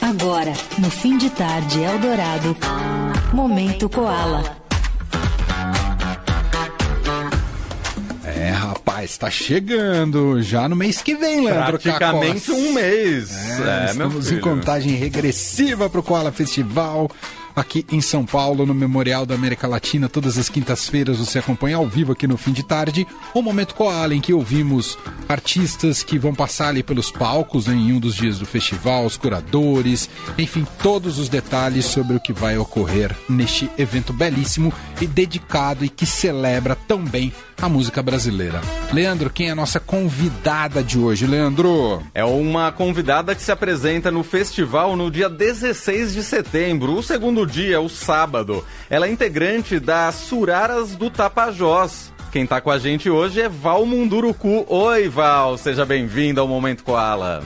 Agora, no fim de tarde Eldorado, Momento Koala. Rapaz, tá chegando já no mês que vem, Leandro Cacos. Praticamente um mês. Estamos em contagem regressiva pro Koala Festival. Aqui em São Paulo, no Memorial da América Latina, todas as quintas-feiras você acompanha ao vivo aqui no fim de tarde o Momento Koala, em que ouvimos artistas que vão passar ali pelos palcos, né, em um dos dias do festival, os curadores, enfim, todos os detalhes sobre o que vai ocorrer neste evento belíssimo e dedicado e que celebra tão bem a música brasileira. Leandro, quem é a nossa convidada de hoje, Leandro? É uma convidada que se apresenta no festival no dia 16 de setembro, o segundo dia, o sábado. Ela é integrante das Suraras do Tapajós. Quem tá com a gente hoje é Val Munduruku. Oi, Val, seja bem-vinda ao Momento Koala.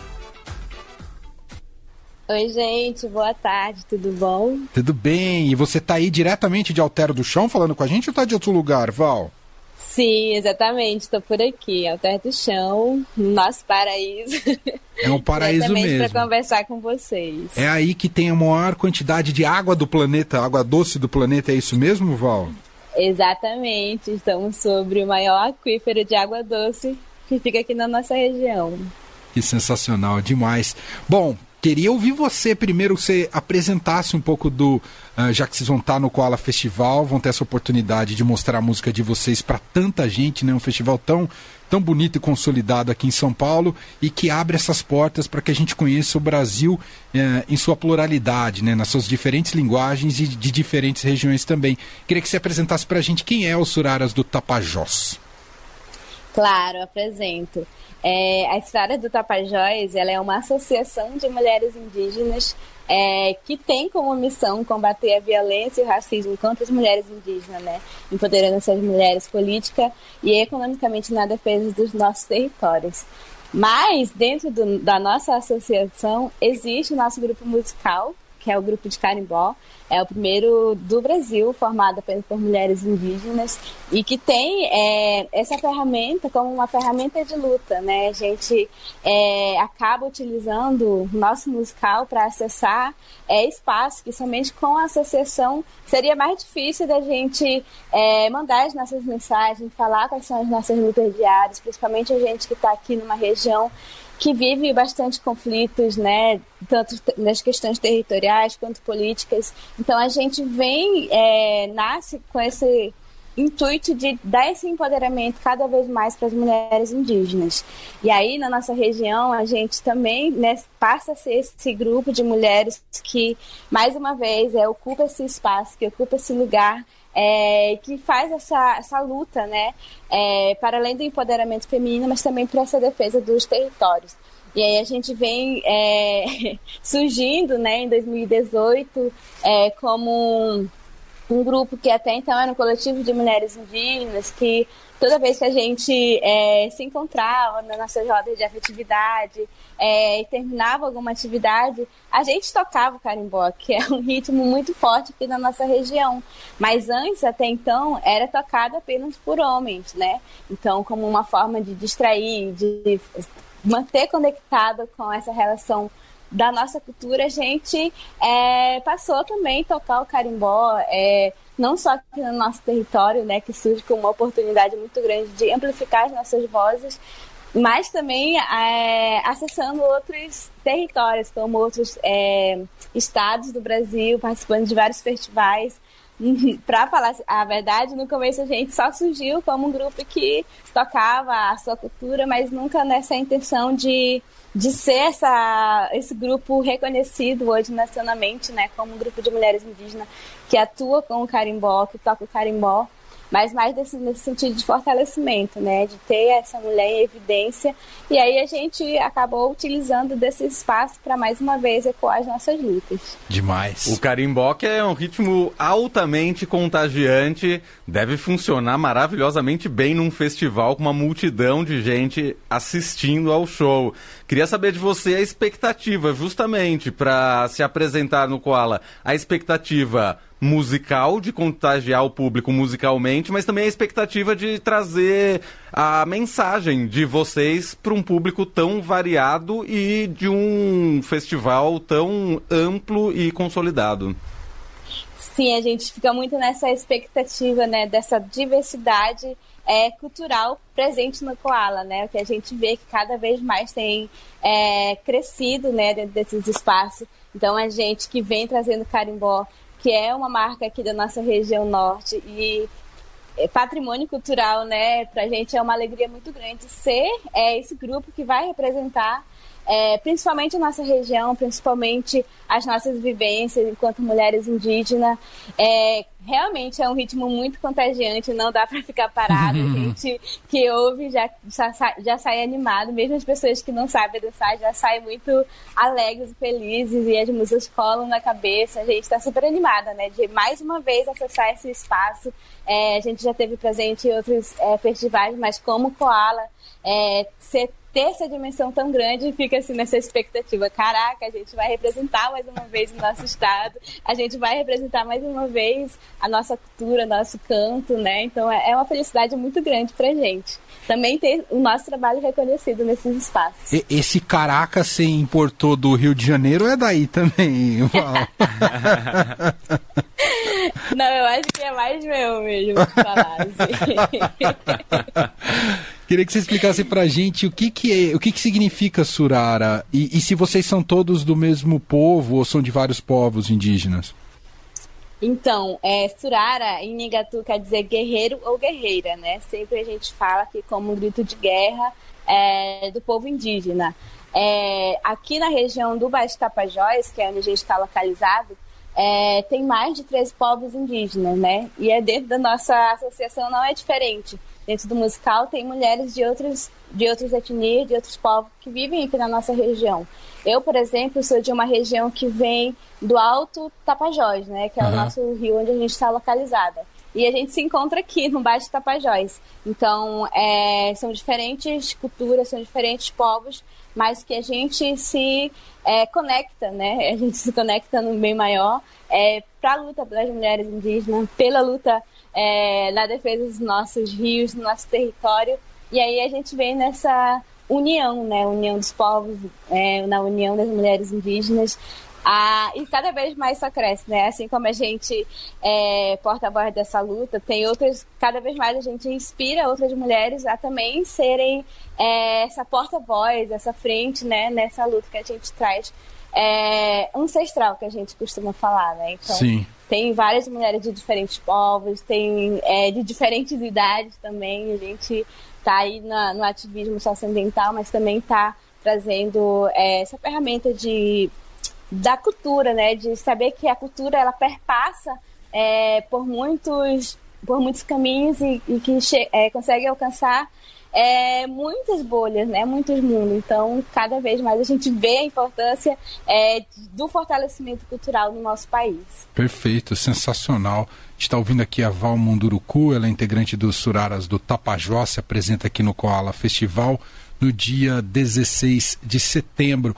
Oi, gente, boa tarde, tudo bom? Tudo bem, e você tá aí diretamente de Alter do Chão falando com a gente ou tá de outro lugar, Val? Sim, exatamente, estou por aqui, Alter do Chão, nosso paraíso. É um paraíso mesmo. Para conversar com vocês. É aí que tem a maior quantidade de água do planeta, água doce do planeta, é isso mesmo, Val? Exatamente, estamos sobre o maior aquífero de água doce que fica aqui na nossa região. Que sensacional, demais. Bom, queria ouvir você primeiro, você apresentasse um pouco do... já que vocês vão estar no Koala Festival, vão ter essa oportunidade de mostrar a música de vocês para tanta gente, né? Um festival tão bonito e consolidado aqui em São Paulo e que abre essas portas para que a gente conheça o Brasil em sua pluralidade, né? Nas suas diferentes linguagens e de diferentes regiões também. Queria que você apresentasse para a gente quem é os Suraras do Tapajós. Claro, apresento. A Suraras do Tapajós, ela é uma associação de mulheres indígenas que tem como missão combater a violência e o racismo contra as mulheres indígenas, né? Empoderando essas mulheres política e economicamente na defesa dos nossos territórios. Mas, dentro da nossa associação, existe o nosso grupo musical, que é o grupo de carimbó. É o primeiro do Brasil, formado apenas por mulheres indígenas, e que tem essa ferramenta como uma ferramenta de luta, né? A gente acaba utilizando o nosso musical para acessar espaços que somente com a associação seria mais difícil da gente mandar as nossas mensagens, falar quais são as nossas lutas diárias, principalmente a gente que está aqui numa região que vive bastante conflitos, né, tanto nas questões territoriais quanto políticas. Então a gente nasce com esse intuito de dar esse empoderamento cada vez mais para as mulheres indígenas. E aí na nossa região a gente também, né, passa a ser esse grupo de mulheres que, mais uma vez, ocupa esse espaço, que ocupa esse lugar, que faz essa luta, né, para além do empoderamento feminino, mas também para essa defesa dos territórios. E aí a gente vem surgindo, né, em 2018 como um grupo que até então era um coletivo de mulheres indígenas que toda vez que a gente se encontrava nas nossas rodas de afetividade e terminava alguma atividade, a gente tocava o carimbó, que é um ritmo muito forte aqui na nossa região. Mas antes, até então, era tocado apenas por homens, né? Então, como uma forma de distrair, de manter conectado com essa relação da nossa cultura, a gente passou também a tocar o carimbó, não só aqui no nosso território, né, que surge como uma oportunidade muito grande de amplificar as nossas vozes, mas também acessando outros territórios, como outros estados do Brasil, participando de vários festivais. Para falar a verdade, no começo a gente só surgiu como um grupo que tocava a sua cultura, mas nunca nessa intenção de ser esse grupo reconhecido hoje nacionalmente, né, como um grupo de mulheres indígenas que atua com o carimbó, que toca o carimbó, mas mais nesse sentido de fortalecimento, né, de ter essa mulher em evidência. E aí a gente acabou utilizando desse espaço para mais uma vez ecoar as nossas lutas. Demais. O carimbó, que é um ritmo altamente contagiante, deve funcionar maravilhosamente bem num festival com uma multidão de gente assistindo ao show. Queria saber de você a expectativa, justamente, para se apresentar no Koala. A expectativa musical, de contagiar o público musicalmente, mas também a expectativa de trazer a mensagem de vocês para um público tão variado e de um festival tão amplo e consolidado. Sim, a gente fica muito nessa expectativa, né, dessa diversidade cultural presente no Koala, né? O que a gente vê que cada vez mais tem crescido, né, dentro desses espaços. Então, a gente que vem trazendo carimbó, que é uma marca aqui da nossa região norte e patrimônio cultural, né? Pra gente é uma alegria muito grande ser esse grupo que vai representar principalmente a nossa região, principalmente as nossas vivências enquanto mulheres indígenas. Realmente é um ritmo muito contagiante, não dá para ficar parado. A gente que ouve já sai animado, mesmo as pessoas que não sabem dançar já saem muito alegres e felizes e as músicas colam na cabeça. A gente está super animada, né, de mais uma vez acessar esse espaço. A gente já teve presente em outros festivais, mas como Koala, ter essa dimensão tão grande, fica assim nessa expectativa. Caraca, a gente vai representar mais uma vez o nosso estado, a gente vai representar mais uma vez a nossa cultura, nosso canto, né? Então é uma felicidade muito grande pra gente. Também ter o nosso trabalho reconhecido nesses espaços. Esse caraca você importou do Rio de Janeiro é daí também, Val? Não, eu acho que é mais meu mesmo falar assim. Queria que você explicasse pra gente o que significa Surara e se vocês são todos do mesmo povo ou são de vários povos indígenas. Então, Surara em Nigatu quer dizer guerreiro ou guerreira, né? Sempre a gente fala que como um grito de guerra do povo indígena. Aqui na região do Baixo Tapajós, que é onde a gente está localizado, tem mais de 13 povos indígenas, né? E dentro da nossa associação não é diferente. Dentro do musical tem mulheres de outras etnias, de outros povos que vivem aqui na nossa região. Eu, por exemplo, sou de uma região que vem do Alto Tapajós, né? Que é o nosso rio onde a gente está localizada. E a gente se encontra aqui no Baixo Tapajós. Então, são diferentes culturas, são diferentes povos, mas que a gente se conecta, né? A gente se conecta no bem maior para a luta das mulheres indígenas, pela luta na defesa dos nossos rios, do nosso território. E aí a gente vem nessa união, né? União dos povos, na união das mulheres indígenas. E cada vez mais só cresce, né? Assim como a gente porta-voz dessa luta, tem outras, cada vez mais a gente inspira outras mulheres a também serem essa porta-voz, essa frente, né? Nessa luta que a gente traz ancestral, que a gente costuma falar, né? Então, sim. Tem várias mulheres de diferentes povos, tem de diferentes idades também. A gente está aí no ativismo socioambiental, mas também está trazendo essa ferramenta da cultura, né? De saber que a cultura ela perpassa por muitos caminhos e que consegue alcançar muitas bolhas, né? Muitos mundos. Então, cada vez mais a gente vê a importância do fortalecimento cultural no nosso país. Perfeito, sensacional. A gente está ouvindo aqui a Val Munduruku, ela é integrante dos Suraras do Tapajós, se apresenta aqui no Koala Festival no dia 16 de setembro.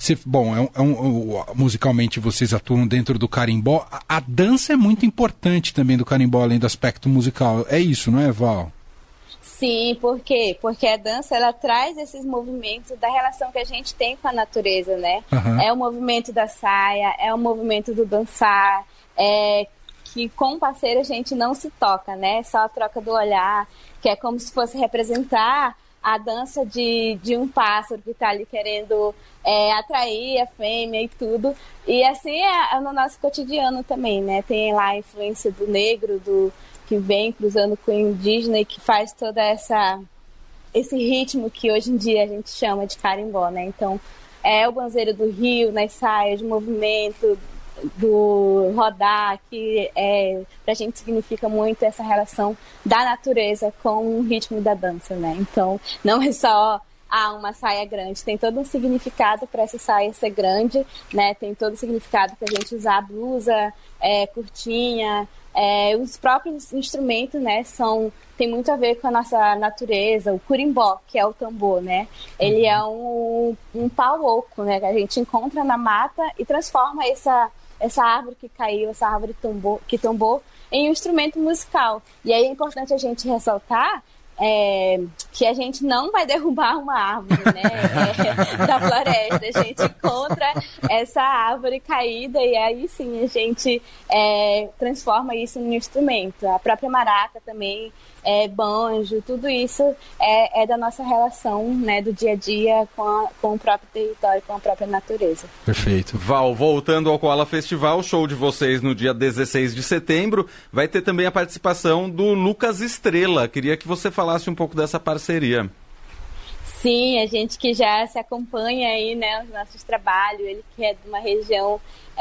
Musicalmente vocês atuam dentro do carimbó. A dança é muito importante também do carimbó, além do aspecto musical. É isso, não é, Val? Sim, por quê? Porque a dança, ela traz esses movimentos da relação que a gente tem com a natureza, né? É o movimento da saia, é o movimento do dançar, que com o parceiro a gente não se toca, né? Só a troca do olhar, que é como se fosse representar a dança de um pássaro que está ali querendo atrair a fêmea e tudo. E assim é no nosso cotidiano também, né? Tem lá a influência do negro, que vem cruzando com o indígena e que faz toda esse ritmo que hoje em dia a gente chama de carimbó, né? Então, o banzeiro do rio, nas saias, o movimento do rodar, que pra gente significa muito essa relação da natureza com o ritmo da dança, né? Então, não é só uma saia grande. Tem todo um significado para essa saia ser grande, né? Tem todo um significado para a gente usar blusa, curtinha. Os próprios instrumentos, né, tem muito a ver com a nossa natureza. O curimbó, que é o tambor, né? Ele é um pau oco, né? Que a gente encontra na mata e transforma essa árvore que caiu, essa árvore que tombou, em um instrumento musical. E aí é importante a gente ressaltar que a gente não vai derrubar uma árvore, né, da floresta. A gente encontra essa árvore caída e aí sim a gente transforma isso em um instrumento. A própria maraca também, banjo, tudo isso é da nossa relação, né, do dia a dia com o próprio território, com a própria natureza. Perfeito. Val, voltando ao Koala Festival, o show de vocês no dia 16 de setembro, vai ter também a participação do Lucas Estrela. Queria que você falasse um pouco dessa parceria. Sim, a gente que já se acompanha aí, né, os nossos trabalhos, ele que é de uma região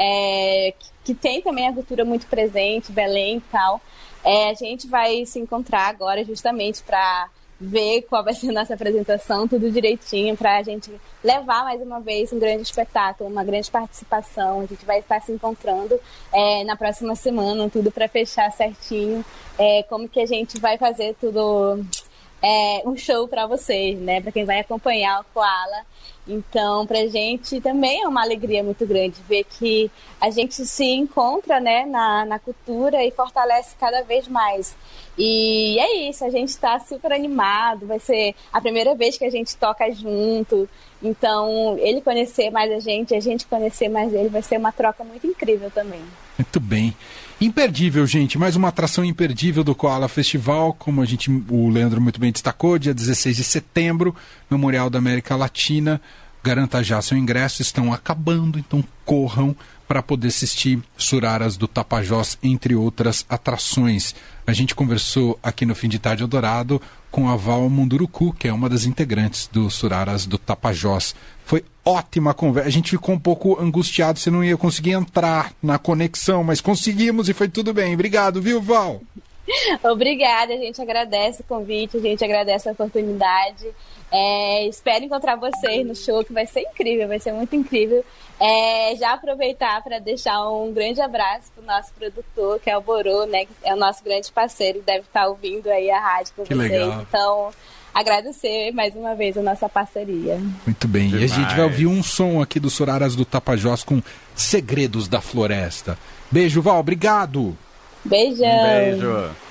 que tem também a cultura muito presente, Belém e tal. A gente vai se encontrar agora justamente para ver qual vai ser a nossa apresentação, tudo direitinho, para a gente levar mais uma vez um grande espetáculo, uma grande participação. A gente vai estar se encontrando na próxima semana, tudo para fechar certinho, como que a gente vai fazer tudo, um show para vocês, né, para quem vai acompanhar o Koala. Então, pra gente também é uma alegria muito grande ver que a gente se encontra, né, na cultura e fortalece cada vez mais. E é isso, a gente está super animado, vai ser a primeira vez que a gente toca junto. Então, ele conhecer mais a gente conhecer mais ele, vai ser uma troca muito incrível também. Muito bem. Imperdível, gente. Mais uma atração imperdível do Koala Festival, como o Leandro muito bem destacou, dia 16 de setembro, Memorial da América Latina. Garanta já seu ingresso, estão acabando, então corram para poder assistir Suraras do Tapajós, entre outras atrações. A gente conversou aqui no Fim de Tarde Eldorado com a Val Munduruku, que é uma das integrantes do Suraras do Tapajós. Foi ótima conversa. A gente ficou um pouco angustiado se não ia conseguir entrar na conexão, mas conseguimos e foi tudo bem. Obrigado, viu, Val? Obrigada, a gente agradece o convite, a gente agradece a oportunidade. Espero encontrar vocês no show, que vai ser incrível, vai ser muito incrível. Já aproveitar para deixar um grande abraço para o nosso produtor, que é o Borô, né, que é o nosso grande parceiro, deve estar ouvindo aí a rádio com vocês. Legal. Então, agradecer mais uma vez a nossa parceria. Muito bem, Demais. E a gente vai ouvir um som aqui do Suraras do Tapajós com Segredos da Floresta. Beijo, Val, obrigado! Beijão! Um beijo!